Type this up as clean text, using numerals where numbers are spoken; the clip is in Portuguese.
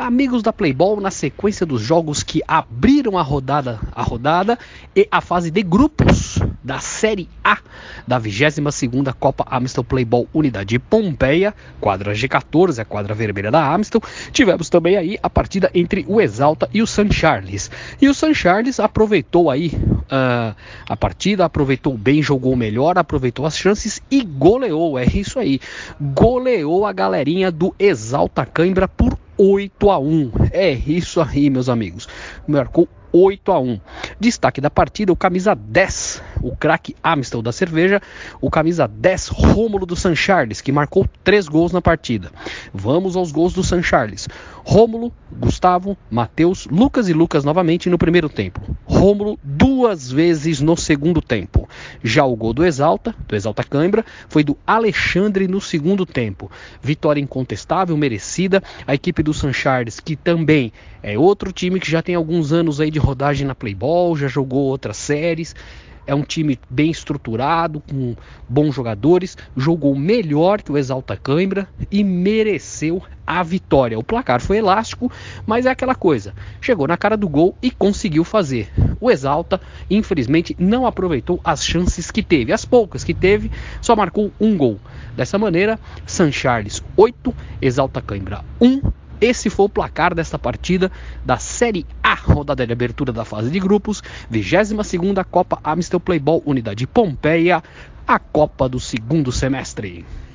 Amigos da Playball, na sequência dos jogos que abriram a rodada e a fase de grupos da Série A da 22ª Copa Amistel Playball Unidade Pompeia, quadra G14, a quadra vermelha da Amistel, tivemos também aí a partida entre o Exalta e o St. Charles. E o St. Charles aproveitou aí a partida, aproveitou bem, jogou melhor, aproveitou as chances e goleou, é isso aí, goleou a galerinha do Exalta Cãibra por 8-1, é isso aí, meus amigos, marcou 8-1. Destaque da partida, o camisa 10, o craque Amistel da cerveja, o camisa 10, Rômulo do St. Charles, que marcou 3 gols na partida. Vamos aos gols do St. Charles. Rômulo, Gustavo, Matheus, Lucas e Lucas novamente no primeiro tempo. Rômulo 2 vezes no segundo tempo. Já o gol do Exalta Cãibra, foi do Alexandre no segundo tempo. Vitória incontestável, merecida. A equipe do St. Charles, que também é outro time que já tem alguns anos aí de rodagem na Playball, já jogou outras séries. É um time bem estruturado, com bons jogadores, jogou melhor que o Exalta Cãibra e mereceu a vitória. O placar foi elástico, mas é aquela coisa, chegou na cara do gol e conseguiu fazer. O Exalta, infelizmente, não aproveitou as chances que teve, as poucas que teve, só marcou um gol. Dessa maneira, St. Charles 8, Exalta Cãibra 1. Esse foi o placar desta partida da Série A, rodada de abertura da fase de grupos, 22ª Copa Amistel Playball Unidade Pompeia, a Copa do segundo semestre.